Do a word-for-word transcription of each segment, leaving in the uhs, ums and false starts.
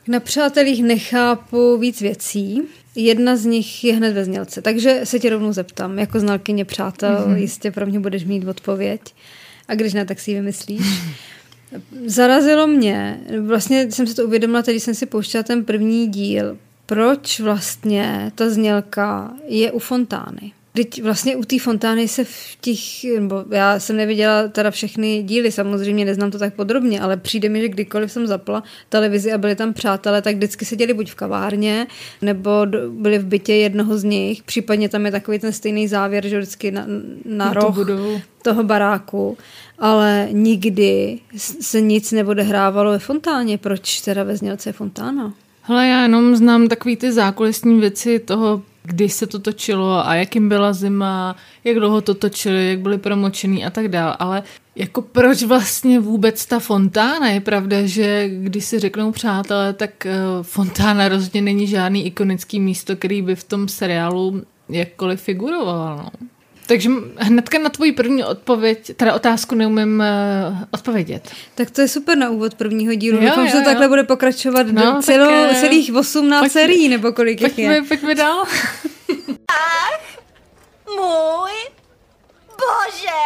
Na Přátelích nechápu víc věcí. Jedna z nich je hned ve znělce, takže se tě rovnou zeptám. Jako znalkyně Přátel, mm-hmm. jistě pro mě budeš mít odpověď. A když ne, tak si ji vymyslíš. Zarazilo mě, vlastně jsem se to uvědomila, teď jsem si pouštěla ten první díl, proč vlastně ta znělka je u fontány. Teď vlastně u té fontány se v těch, nebo já jsem neviděla teda všechny díly, samozřejmě neznám to tak podrobně, ale přijde mi, že kdykoliv jsem zapla televizi a byli tam přátelé, tak vždycky seděli buď v kavárně, nebo byli v bytě jednoho z nich, případně tam je takový ten stejný závěr, že vždycky na, na, na roh toho baráku, ale nikdy se nic neodehrávalo ve fontáně. Proč teda ve znělce je fontána? Hele, já jenom znám takový ty zákulisní věci toho, kdy se to točilo a jakým byla zima, jak dlouho to točili, jak byli promočený a tak dál, ale jako proč vlastně vůbec ta fontána? Je pravda, že když si řeknou přátelé, tak uh, fontána rozhodně není žádný ikonický místo, který by v tom seriálu jakkoliv figuroval, no. Takže hnedka na tvoji první odpověď, teda otázku neumím uh, odpovědět. Tak to je super na úvod prvního dílu. Jo, Doufám, jo, že to takhle bude pokračovat no, do celou, tak, celých osmnáct sérií, nebo kolik jich je. Pojďme, pojďme dál. Ach, můj bože!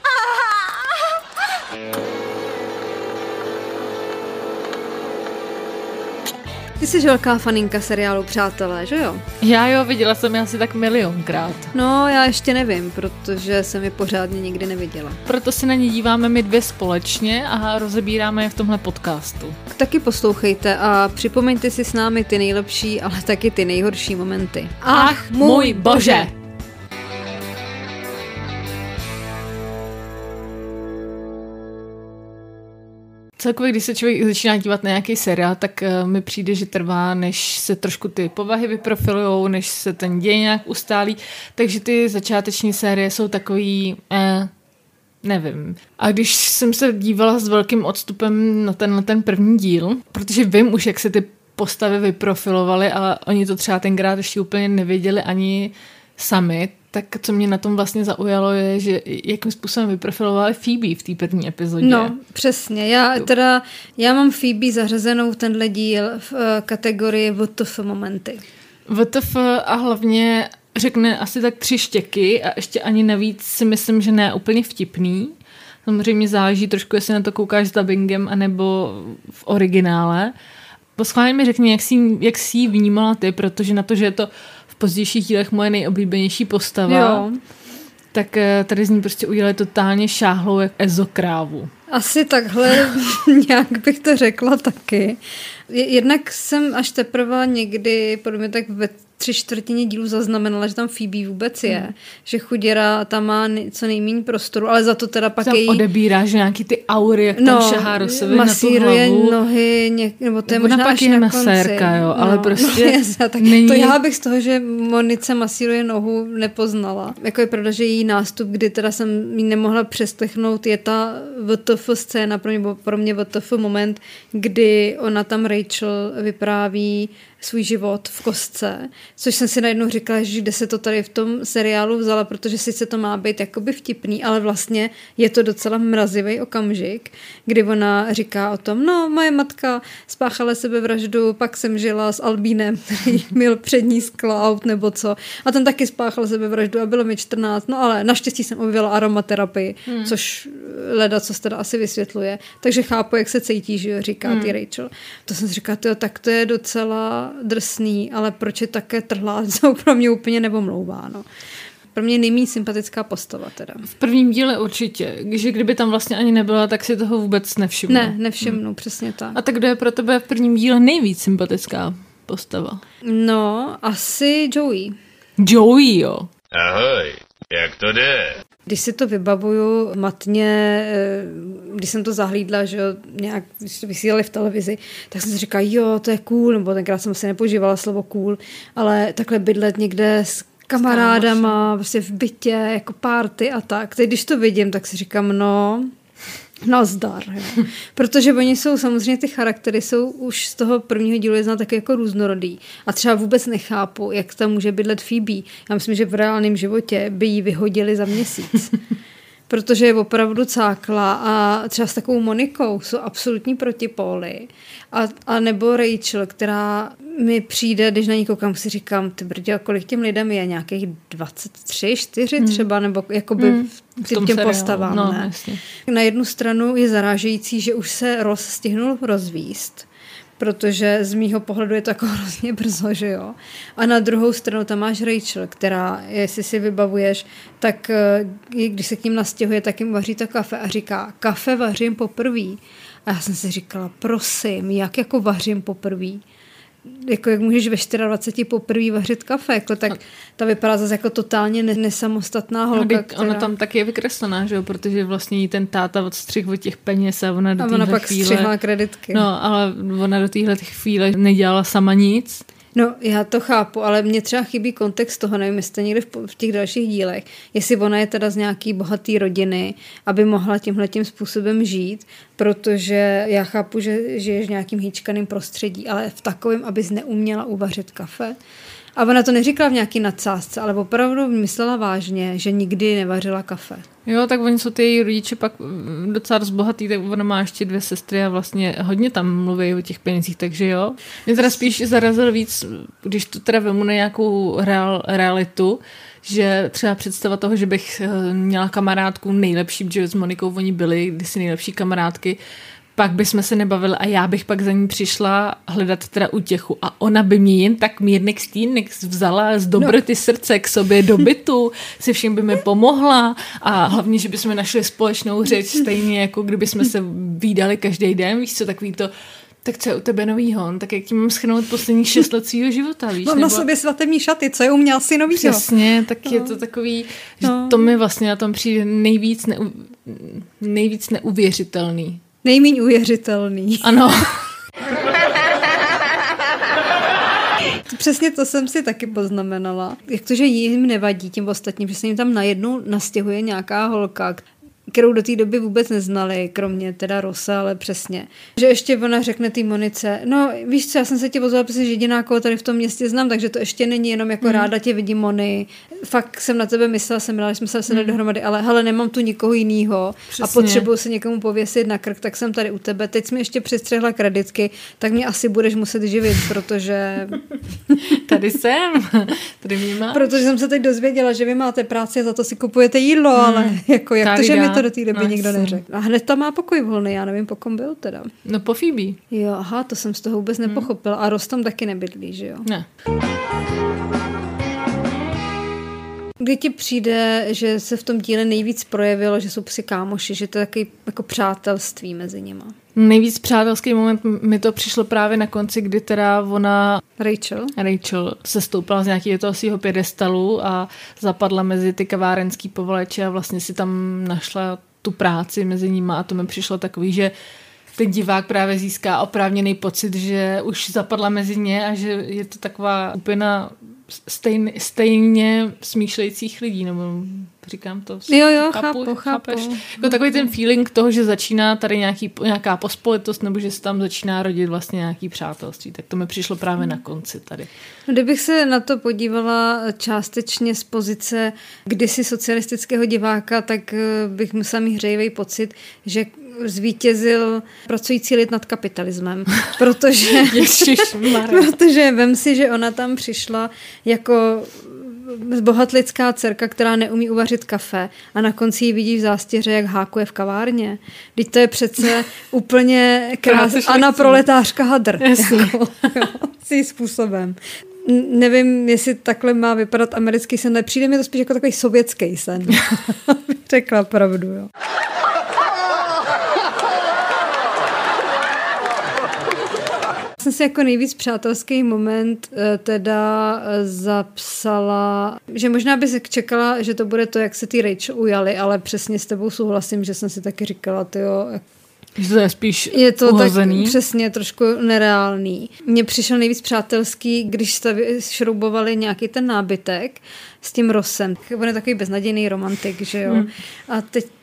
Ty jsi velká faninka seriálu Přátelé, že jo? Já jo, viděla jsem je asi tak milionkrát. No, já ještě nevím, protože jsem je pořádně nikdy neviděla. Proto se na ně díváme my dvě společně a rozebíráme je v tomhle podcastu. Taky poslouchejte a připomeňte si s námi ty nejlepší, ale taky ty nejhorší momenty. Ach, můj bože! Celkově, když se člověk začíná dívat na nějaký seriál, tak uh, mi přijde, že trvá, než se trošku ty povahy vyprofilujou, než se ten děj nějak ustálí. Takže ty začáteční série jsou takový, eh, nevím. A když jsem se dívala s velkým odstupem na ten, na ten první díl, protože vím už, jak se ty postavy vyprofilovaly, ale oni to třeba tenkrát ještě úplně nevěděli ani sami, tak co mě na tom vlastně zaujalo je, že jakým způsobem vyprofilovali Phoebe v té první epizodě. No, přesně. Já teda, já mám Phoebe zařazenou v tenhle díl v uh, kategorii W T F momenty. W T F a hlavně řekne asi tak tři štěky a ještě ani navíc si myslím, že ne úplně vtipný. Samozřejmě záleží trošku, jestli na to koukáš s dubbingem anebo v originále. Poschválně mi řekni, jak jsi, jak jsi ji vnímala ty, protože na to, že je to v pozdějších dílech moje nejoblíbenější postava, jo. Tak tady z ní prostě udělali totálně šáhlou jak ezokrávu. Asi takhle nějak bych to řekla taky. Jednak jsem až teprve někdy, podle mě tak ve tři čtvrtině dílu zaznamenala, že tam Phoebe vůbec je. Hmm. Že chuděra tam má co nejméně prostoru, ale za to teda pak její... odebírá, že nějaký ty aury, jak no, tam šahá Rossovi na tu masíruje hlavu. nohy, něk, nebo to je ona možná pak až je na masérka, konci. jo, ale no, prostě no, jasná, tak není... To já bych z toho, že Monice masíruje nohu, nepoznala. Jako je pravda, že její nástup, kdy teda jsem ji nemohla přeslechnout, je ta W T F scéna, pro mě, pro mě W T F moment, kdy ona tam Rachel vypráví svůj život v kostce, což jsem si najednou říkala, že kde se to tady v tom seriálu vzala, protože sice to má být jakoby vtipný, ale vlastně je to docela mrazivý okamžik, kdy ona říká o tom, no, moje matka spáchala sebevraždu, pak jsem žila s Albínem, který měl přední sklo aut nebo co, a ten taky spáchal sebevraždu a bylo mi čtrnáct, no ale naštěstí jsem objevila aromaterapii, hmm. což leda, co se teda asi vysvětluje, takže chápu, jak se cítí, že jo, říká hmm. ty Rachel. To jsem si říkala, tyjo, tak to je docela drsný, ale proč je také trhlá, jsou pro mě úplně nebomlouvá, no. Pro mě nejméně sympatická postava teda. V prvním díle určitě, že kdyby tam vlastně ani nebyla, tak si toho vůbec nevšimnu. Ne, nevšimnu, hmm. přesně tak. A tak kdo je pro tebe v prvním díle nejvíc sympatická postava? No, asi Joey. Joey, jo. Ahoj, jak to jde? Když si to vybavuju matně, když jsem to zahlídla, že nějak vysílali v televizi, tak jsem si říkala, jo, to je cool, nebo tenkrát jsem si nepoužívala slovo cool, ale takhle bydlet někde s kamarádama, prostě v bytě, jako party a tak. Teď když to vidím, tak si říkám, no, nazdar. Jo. Protože oni jsou, samozřejmě ty charaktery jsou už z toho prvního dílu je znát taky jako různorodý. A třeba vůbec nechápu, jak tam může bydlet Phoebe. Já myslím, že v reálném životě by ji vyhodili za měsíc. protože je opravdu cákla a třeba s takovou Monikou jsou absolutní protipóly. A, a nebo Rachel, která mi přijde, když na ní koukám, si říkám, ty brdě, kolik těm lidem je, nějakých dvacet tři, čtyři třeba, hmm. nebo jakoby hmm. těm seriálu. Postavám. No, ne? Na jednu stranu je zarážející, že už se Ross stihnul rozvíst, protože z mýho pohledu je to jako hrozně brzo, že jo. A na druhou stranu tam máš Rachel, která, jestli si vybavuješ, tak když se k ním nastěhuje, tak jim vaří to kafe a říká, kafe vařím poprvý. A já jsem si říkala, prosím, jak jako vařím poprvý? Jako jak můžeš ve dvacet čtyři poprvé vařit kafe, jako tak ta vypadá zase jako totálně nesamostatná holka, no, která... Ona tam taky je vykreslená, že jo, protože vlastně jí ten táta odstřih od těch peněz a ona do téhle chvíle... A ona pak chvíle... střihla kreditky. No, ale ona do téhle chvíle nedělala sama nic. No, já to chápu, ale mně třeba chybí kontext toho, nevím, jestli někde v, v těch dalších dílech, jestli ona je teda z nějaký bohatý rodiny, aby mohla tímhletím způsobem žít, protože já chápu, že žiješ v nějakým hýčkaným prostředí, ale v takovém, abys neuměla uvařit kafe. A ona to neříkala v nějaký nadsázce, ale opravdu myslela vážně, že nikdy nevařila kafe. Jo, tak oni jsou ty její rodiče pak docela rozbohatý, tak ona má ještě dvě sestry a vlastně hodně tam mluví o těch penězích, takže jo. Mě teda spíš zarazil víc, když to teda vemu na nějakou real, realitu, že třeba představa toho, že bych měla kamarádku nejlepší, protože s Monikou oni byli kdysi nejlepší kamarádky, pak bychom se nebavili a já bych pak za ní přišla hledat teda útěchu a ona by mě jen tak mírnek stínnek vzala z dobroty no. srdce k sobě do bytu, se vším by mi pomohla a hlavně, že bychom našli společnou řeč stejně jako kdyby jsme se vídali každý den, víš co, takový to tak co je u tebe novýho? Tak jak ti mám shrnout posledních šest let svýho života, víš? Mám nebo... na sobě svatební šaty, co je u mě asi novýho? Přesně, tak no. je to takový, že no. to mi vlastně na tom přijde nejvíc, neu... nejvíc neuvěřitelný. Nejméně uvěřitelný. Ano. Přesně to jsem si taky poznamenala. Jak to, že jim nevadí tím ostatním, že se jim tam najednou nastěhuje nějaká holka, kterou do té doby vůbec neznali, kromě teda Rosa, ale přesně. Že ještě ona řekne té Monice, no víš co, já jsem se tě pozvala, protože jediná, koho tady v tom městě znám, takže to ještě není jenom jako mm. ráda tě vidím, Moni. Fakt jsem na tebe myslela, jsem měla, že jsme se sedli mm. dohromady, ale hele, nemám tu nikoho jinýho a potřebuju se někomu pověsit na krk, tak jsem tady u tebe. Teď jsi mi ještě přistřihla kreditky, tak mě asi budeš muset živit, protože... tady jsem, tady mě máš. Protože jsem se teď dozvěděla, že vy máte práci a za to si kupujete jídlo, mm. ale jako jak to, že mi to do té doby no, nikdo neřekl. A hned tam má pokoj volný, já nevím, po kom byl teda. No po Phoebe. Jo, aha, to jsem z toho vůbec nepochopila. A Ross tam taky nebydlí, že jo? Ne. Kdy ti přijde, že se v tom díle nejvíc projevilo, že jsou psi kámoši, že to je takový jako přátelství mezi nima? Nejvíc přátelský moment mi to přišlo právě na konci, kdy teda ona... Rachel? Rachel se stoupila z nějakého toho svého pědestalu a zapadla mezi ty kavárenský povaleče a vlastně si tam našla tu práci mezi nima a to mi přišlo takový, že ten divák právě získá oprávněný pocit, že už zapadla mezi ně a že je to taková skupina stejn, stejně smýšlejících lidí, nebo říkám to. Jo, jo, chápu, chápu. Chápeš? Jako takový ten feeling toho, že začíná tady nějaký, nějaká pospolitost, nebo že se tam začíná rodit vlastně nějaký přátelství. Tak to mi přišlo právě na konci tady. Kdybych se na to podívala částečně z pozice kdysi socialistického diváka, tak bych musela mít hřejivý pocit, že zvítězil pracující lid nad kapitalismem. Protože, protože vem si, že ona tam přišla jako bohatlická dcerka, která neumí uvařit kafe a na konci ji vidí v zástěře, jak hákuje v kavárně. Vždyť to je přece úplně krás... Anna proletářka hadr. Jako, svým způsobem. Nevím, jestli takhle má vypadat americký sen, ale přijde mi to spíš jako takový sovětský sen. Řekla pravdu, jo. Jsem si jako nejvíc přátelský moment teda zapsala, že možná by se čekala, že to bude to, jak se ty Rachel ujali, ale přesně s tebou souhlasím, že jsem si taky říkala, tyjo, že to je spíš je to uhozený. Tak přesně trošku nereálný. Mně přišel nejvíc přátelský, když stavi, šroubovali nějaký ten nábytek s tím Rossem. On je takový beznadějný romantik, že jo. Hmm. A teď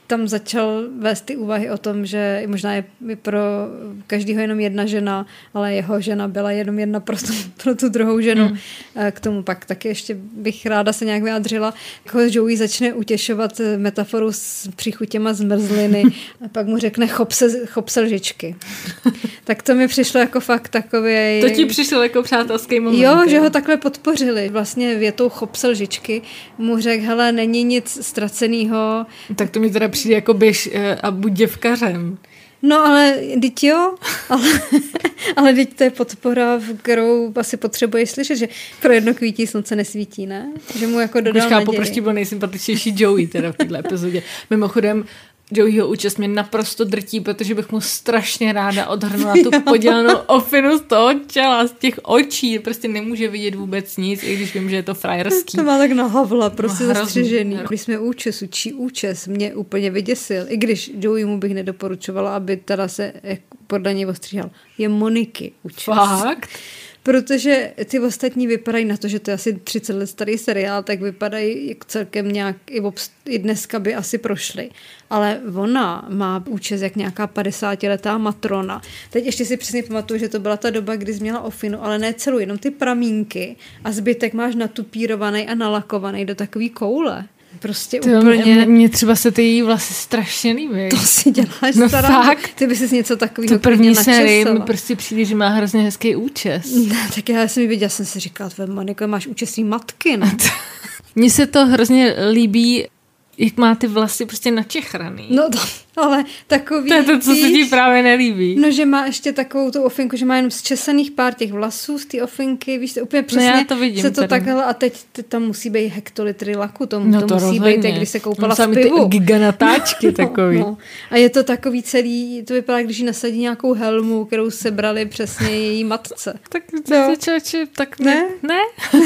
tam začal vést ty úvahy o tom, že možná je pro každého jenom jedna žena, ale jeho žena byla jenom jedna pro tu, pro tu druhou ženu. Mm. K tomu pak taky ještě bych ráda se nějak vyjádřila. Jako Joey začne utěšovat metaforu s příchutěma zmrzliny a pak mu řekne chop se, chop se lžičky. Tak to mi přišlo jako fakt takový... To ti přišlo jako přátelský moment. Jo, jo, že ho takhle podpořili. Vlastně větou chop se lžičky mu řekl, hele, není nic ztracenýho. Tak to mi teda přijde jako běž a buď děvkařem. No ale teď jo, ale, ale teď to je podpora, kterou asi potřebuješ slyšet, že pro jedno kvítí slunce nesvítí, ne? Že mu jako dodal naději. Počkápu, proč ti byl nejsympatičnější Joey teda v této epizodě. Mimochodem, Joeyho účast mě naprosto drtí, protože bych mu strašně ráda odhrnula tu podělanou ofinu z toho těla, z těch očí. Prostě nemůže vidět vůbec nic, i když vím, že je to frajerský. To má tak na havla, prostě no, zastřižený. Když jsme účesu, čí účes mě úplně vyděsil. I když Joey mu bych nedoporučovala, aby teda se podle něj ostříhal. Je Moniky účes. Fakt? Protože ty ostatní vypadají na to, že to je asi třicet let starý seriál, tak vypadají jak celkem nějak, i, obst- i dneska by asi prošly. Ale ona má účes jak nějaká padesátiletá matrona. Teď ještě si přesně pamatuju, že to byla ta doba, kdy jsi měla ofinu, ale ne celou, jenom ty pramínky a zbytek máš natupírovaný a nalakovaný do takový koule. Prostě to úplně... Mě, mě třeba se ty její vlasy strašně líbí. To si děláš no stará. Fakt. Ty bys si něco takového to první sérii mi prostě přijde, že má hrozně hezký účes. Ne, tak já jsem ji viděla, jsem si říkala, tvé Moniko, máš účes svý matky, ne? Mně se to hrozně líbí, jak má ty vlasy prostě načechraný. No to, ale takový... To je to, co se ti právě nelíbí. No, že má ještě takovou tu ofinku, že má jenom zčesaných pár těch vlasů z té ofinky, víš, to úplně přesně no já to vidím, se to tady. takhle a teď tam musí být hektolitry laku, to, no to, to musí rozhodně. být, jak když se koupala no, v pivu. Ty giganatáčky takový. No, no. A je to takový celý, to vypadá, když jí nasadí nějakou helmu, kterou sebrali přesně její matce. Tak no. čeči, tak ne? Ne?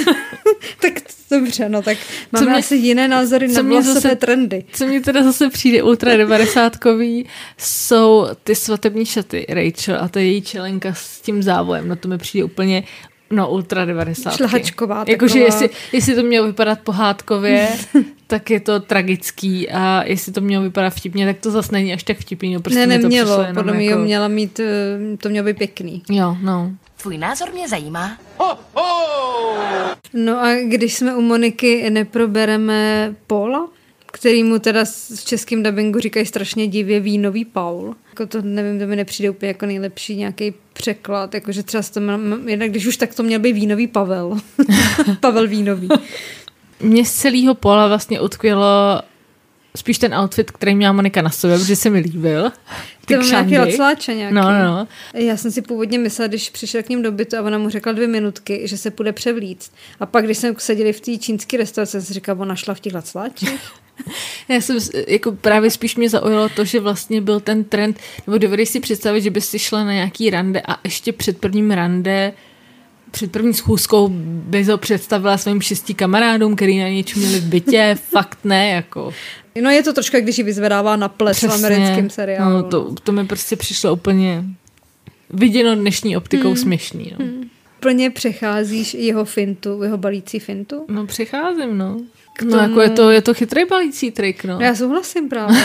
Tak dobře, no tak máme mě, asi jiné názory na vlasové zase, trendy. Co mi teda zase přijde ultra devadesátkový, jsou ty svatební šaty Rachel a ta její čelenka s tím závojem. No to mi přijde úplně no ultra devadesátky. Šlehačková. Jakože jestli, jestli to mělo vypadat pohádkově, tak je to tragický a jestli to mělo vypadat vtipně, tak to zase není až tak vtipný. No, prostě ne, nemělo. To podle mě jako... měla mít, to mělo být pěkný. Jo, no. Tvůj názor mě zajímá. Ho, ho! No a když jsme u Moniky, neprobereme Paula, kterýmu teda v českém dabingu říkají strašně divě vínový Paul. Jako to nevím, to mi nepřijde úplně jako nejlepší nějaký překlad, jakože třeba to měl, jednak když už tak to měl být vínový Pavel. Pavel vínový. Mně z celého Paula vlastně utkvělo spíš ten outfit, který měla Monika na sobě, protože se mi líbil. Ty to nějaký lacláče nějaký. No, no, no. Já jsem si původně myslela, když přišel k ním do bytu a ona mu řekla dvě minutky, že se půjde převlíct. A pak, když jsem seděli v té čínské restauraci, jsem si říkala, ona šla v těch lacláčích. Já jsem, jako právě spíš mě zaujalo to, že vlastně byl ten trend, nebo dovedeš si představit, že bys si šla na nějaký rande a ještě před prvním rande před první schůzkou bys ho představila svým šesti kamarádům, který na něčem měli v bytě, fakt ne, jako. No je to trošku, když ji vyzvedává na ples v americkém seriálu. No, to, to mi prostě přišlo úplně viděno dnešní optikou hmm. směšný. No. Hmm. Plně přecházíš jeho fintu, jeho balící fintu? No přecházím, no. No jako je to, je to chytrý balící trik, no. no já souhlasím právě.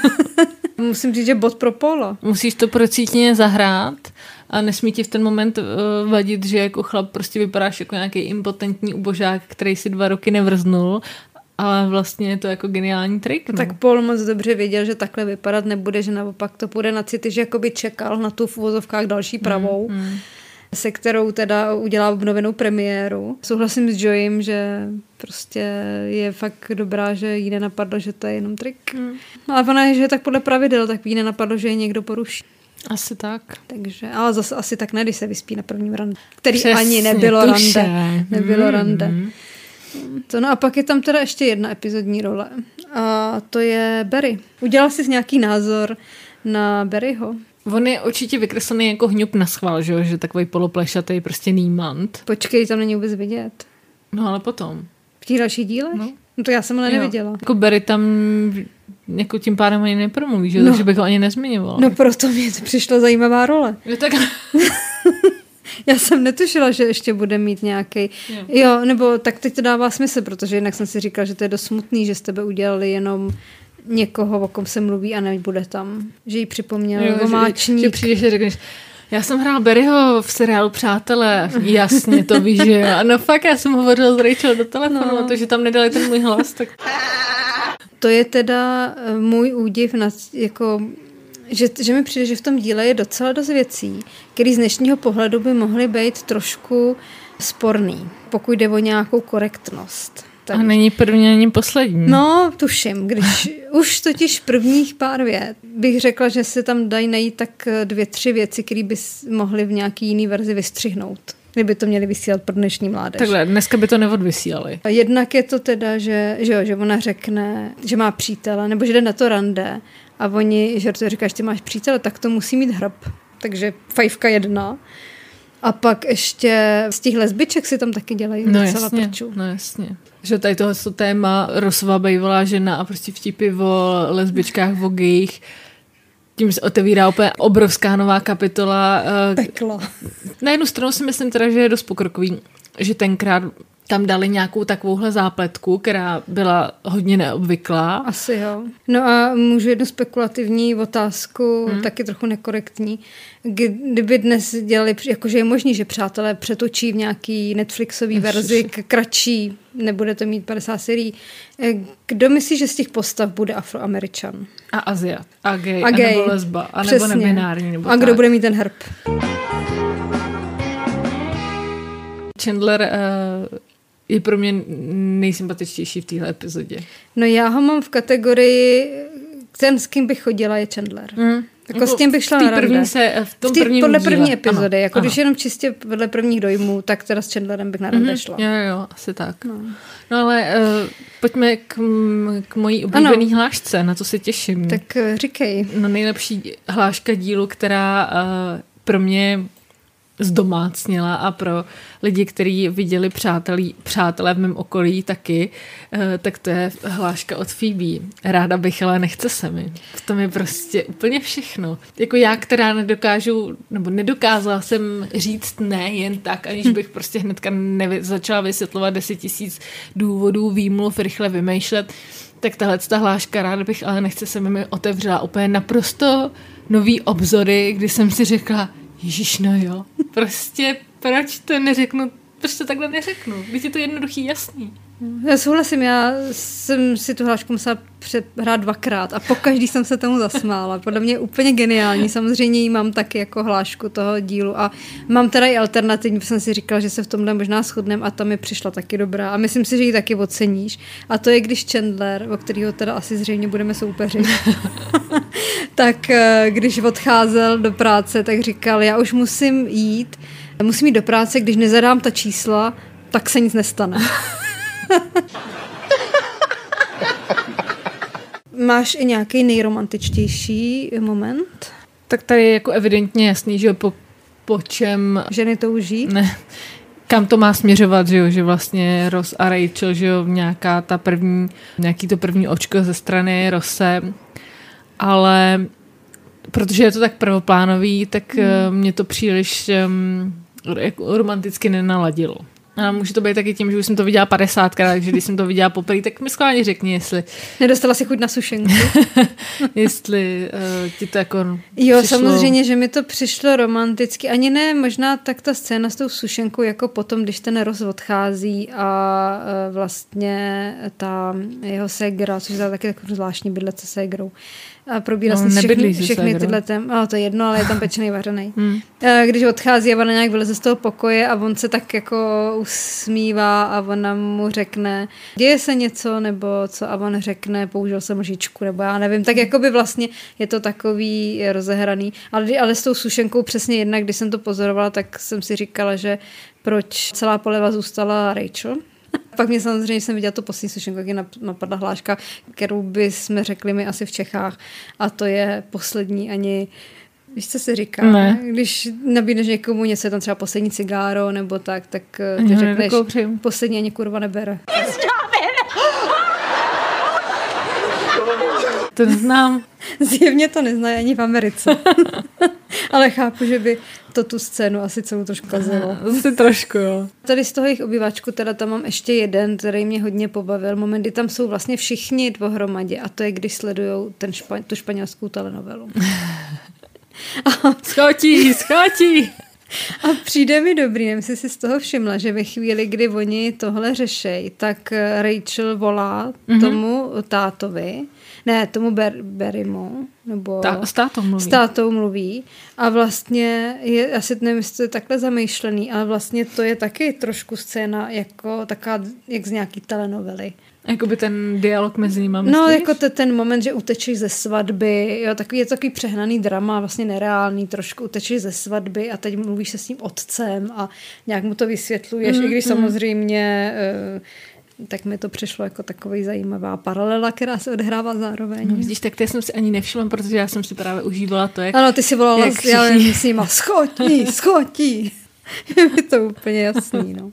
Musím říct, že bod pro Paula. Musíš to procítně zahrát a nesmí ti v ten moment uh, vadit, že jako chlap prostě vypadáš jako nějaký impotentní ubožák, který si dva roky nevrznul, ale vlastně je to jako geniální trik. No. Tak Paul moc dobře věděl, že takhle vypadat nebude, že naopak to půjde na city, že jakoby čekal na tu v uvozovkách další pravou, mm, mm. se kterou teda udělá obnovenou premiéru. Souhlasím s Joyem, že prostě je fakt dobrá, že jí nenapadlo, že to je jenom trik. Mm. No, ale ona je, že je tak podle pravidel, tak jí nenapadlo, že je někdo poruší. Asi tak. Takže, ale zase asi tak ne, když se vyspí na prvním rande. Který Přesně, ani nebylo tuše. rande. Nebylo mm. rande. To no a pak je tam teda ještě jedna epizodní role. A to je Barry. Udělal jsi nějaký názor na Barryho? On je určitě vykreslený jako hňup na schvál, že, že takový poloplešatý prostě nímant. Počkej, tam není vůbec vidět. No ale potom. V těch dalších dílech? No. No to já jsem ale neviděla. Jako Barry tam jako tím pádem ani nepromluví, že? No. Takže bych ho ani nezmiňovala. No proto mi to přišla zajímavá role. Je tak... Já jsem netušila, že ještě bude mít nějaký. Jo. jo, nebo tak teď to dává smysl, protože jinak jsem si říkala, že to je dost smutný, že z tebe udělali jenom někoho, o kom se mluví a nebude tam. Že jí připomněl jo, vomáčník. Že, že přijdeš a řekneš, já jsem hrál Barryho v seriálu Přátelé. Jasně, to víš, že jo. A no fakt, já jsem hovořil s Rachel do telefonu, no. A to, že tam nedali ten můj hlas, tak... To je teda můj údiv, na, jako, že, že mi přijde, že v tom díle je docela dost věcí, které z dnešního pohledu by mohly být trošku sporný, pokud jde o nějakou korektnost. Tak. A není první, ani poslední. No, tuším, když už totiž prvních pár vět bych řekla, že se tam dají najít tak dvě, tři věci, které by mohly v nějaký jiný verzi vystřihnout. Kdyby to měli vysílat pro dnešní mládež. Takhle, dneska by to neodvysílali. Jednak je to teda, že, že, jo, že ona řekne, že má přítele, nebo že jde na to rande a oni, že to říká, že ty máš přítele, tak to musí mít hrb. Takže fajfka jedna. A pak ještě z těch lesbiček si tam taky dělají no docela jasně, prču. No jasně. Že tady tohle téma Rossová bývalá žena a prostě vtipy o lesbičkách, o gejích, tím se otevírá úplně obrovská nová kapitola. Peklo. Na jednu stranu si myslím teda, že je dost pokrokový, že tenkrát tam dali nějakou takovouhle zápletku, která byla hodně neobvyklá. Asi jo. No a můžu jednu spekulativní otázku, hmm. taky trochu nekorektní. Kdyby dnes dělali, jakože je možný, že přátelé přetočí v nějaký Netflixový verzi k kratší, nebude to mít padesát serií. Kdo myslí, že z těch postav bude Afroameričan? A Aziat. A gay. A, gay. A nebo lesba. A nebo Přesně. nebinární. Nebo a kdo tak. bude mít ten hrb? Chandler uh, je pro mě nejsympatičtější v téhle epizodě. No já ho mám v kategorii, ten, s kým bych chodila, je Chandler. Mm. Jako s tím bych šla na rande. Se, v tom v tý, prvním podle díle. první epizody. Ano, jako ano. když jenom čistě vedle prvních dojmů, tak teda s Chandlerem bych na rande mm-hmm. šla. Jo, jo, asi tak. No, no ale uh, pojďme k, k mojí oblíbený hlášce, na to se těším. Tak uh, říkej. No nejlepší hláška dílu, která uh, pro mě zdomácnila a pro lidi, kteří viděli přátelí, přátelé v mém okolí taky, tak to je hláška od Phoebe. Ráda bych, ale nechce se mi. V tom je prostě úplně všechno. Jako já, která nedokážu, nebo nedokázala jsem říct ne jen tak, aniž bych prostě hnedka nevy, začala vysvětlovat deset tisíc důvodů, výmluv, rychle vymýšlet, tak tahle ta hláška ráda bych, ale nechce se mi otevřela úplně naprosto nový obzory, kdy jsem si řekla, Ježiš, no jo, prostě proč to neřeknu, proč to takhle neřeknu, když je to jednoduchý, jasný. Já souhlasím, já jsem si tu hlášku musela přehrát dvakrát a pokaždý jsem se tomu zasmála. Podle mě je úplně geniální, samozřejmě ji mám taky jako hlášku toho dílu a mám teda i alternativní, protože jsem si říkala, že se v tomhle možná shodneme a ta mi přišla taky dobrá a myslím si, že ji taky oceníš. A to je, když Chandler, o kterého teda asi zřejmě budeme soupeřit, tak když odcházel do práce, tak říkal, já už musím jít, musím jít do práce, když nezadám ta čísla, tak se nic nestane. Máš i nějaký nejromantičtější moment? Tak tady je jako evidentně jasný, že po, po čem... Ženy touží? Ne, kam to má směřovat, že jo, že vlastně Ross a Rachel, že jo, nějaká ta první, nějaký to první očko ze strany Rosse, ale protože je to tak prvoplánový, tak hmm. mě to příliš um, jako romanticky nenaladilo. A může to být taky tím, že už jsem to viděla padesátkrát, takže když jsem to viděla poprvé, tak mi schválně řekni, jestli... Nedostala si chuť na sušenku? jestli uh, ti to jako Jo, přišlo... samozřejmě, že mi to přišlo romanticky. Ani ne, možná tak ta scéna s tou sušenkou, jako potom, když ten Ross odchází a uh, vlastně ta jeho ségra, což je taky takový zvláštní bydlet se ségrou, a probírá no, se všechny, všechny tyhle tém. Oh, to je jedno, ale je tam pečený vařenej. Hmm. Když odchází a ona nějak vyleze z toho pokoje a on se tak jako usmívá a ona mu řekne, děje se něco, nebo co, a on řekne, použil jsem lžičku, nebo já nevím. Tak jako by vlastně je to takový rozehraný. Ale, ale s tou sušenkou přesně jednak, když jsem to pozorovala, tak jsem si říkala, že proč celá poleva zůstala Rachel. Pak mě samozřejmě, když jsem viděla to poslední sušenku, jak je napadla hláška, kterou by jsme řekli my asi v Čechách. A to je poslední ani, víš, co se říká? Ne. Když nabídneš někomu něco, je tam třeba poslední cigáro, nebo tak, tak ty ne, řekneš, nekoupřím. Poslední ani kurva nebere. To neznám. Zjevně to neznají ani v Americe. Ale chápu, že by to tu scénu asi celou trošku kazilo. Asi trošku, jo. Tady z toho jejich obýváčku teda tam mám ještě jeden, který mě hodně pobavil. Moment, kdy tam jsou vlastně všichni pohromadě a to je, když sledujou ten špa- tu španělskou telenovelu. A schátí, schátí. A přijde mi dobrý, nevím, jestli si z toho všimla, že ve chvíli, kdy oni tohle řešej, tak Rachel volá mm-hmm. tomu tátovi, ne, tomu Ber- Barrymu, nebo Ta, s tátou mluví. S tátou mluví a vlastně je, asi nevím, jestli to je takhle zamýšlený, ale vlastně to je taky trošku scéna jako taká, jak z nějaký telenovely. Jakoby ten dialog mezi nimi, myslíš? No, jako te, ten moment, že utečeš ze svatby, jo, takový, je to takový přehnaný drama, vlastně nereálný, trošku utečeš ze svatby a teď mluvíš se s tím otcem a nějak mu to vysvětluješ, mm, i když mm. samozřejmě uh, tak mi to přišlo jako takový zajímavá paralela, která se odehrává zároveň. No, vidíš, tak to jsem si ani nevšimla, protože já jsem si právě užívala to, jak... Ano, ty si volala, jak já nevím, s nima, schotí, schotí. Je mi to úplně jasný, no.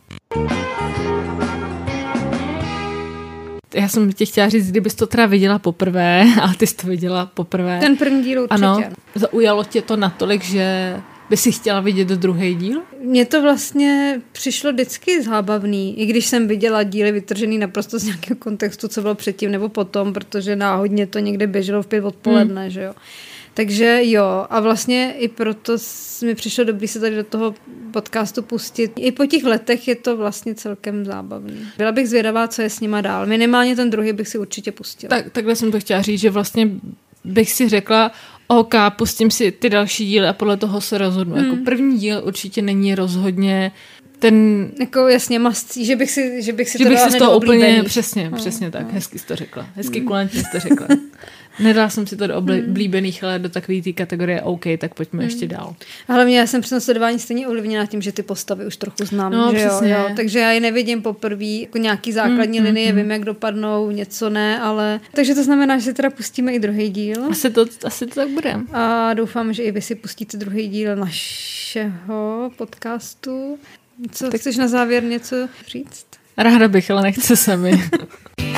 Já jsem tě chtěla říct, kdybys to teda viděla poprvé, a ty jsi to viděla poprvé. Ten první díl určitě. Ano, zaujalo tě to natolik, že by si chtěla vidět druhý díl? Mně to vlastně přišlo vždycky zábavný, i když jsem viděla díly vytržený naprosto z nějakého kontextu, co bylo předtím nebo potom, protože náhodně to někde běželo v pět odpoledne, hmm. že jo. Takže jo, a vlastně i proto mi přišlo dobrý se tady do toho podcastu pustit. I po těch letech je to vlastně celkem zábavný. Byla bych zvědavá, co je s nima dál. Minimálně ten druhý bych si určitě pustila. Tak, takhle jsem to chtěla říct, že vlastně bych si řekla, OK, pustím si ty další díly a podle toho se rozhodnu. Hmm. Jako první díl určitě není rozhodně ten... Jako jasně mastí, že bych si, že bych si že to bych dala si to úplně, oblíbený. Přesně, hmm. přesně tak, hezky jsi to řekla. Hezky hmm. kulantně jsi to řekla. Nedala jsem si to do oblíbených, ale do takové té kategorie OK, tak pojďme hmm. ještě dál. A hlavně já jsem při sledování stejně ovlivněná tím, že ty postavy už trochu znám. No, že přesně. Jo, jo. Takže já je nevidím poprvé, jako nějaký základní hmm. linie, hmm. vím, jak dopadnou, něco ne, ale... Takže to znamená, že teda pustíme i druhý díl. Asi to, asi to tak bude. A doufám, že i vy si pustíte druhý díl našeho podcastu. Co, tak chceš na závěr něco říct? Ráda bych, ale nechce se mi.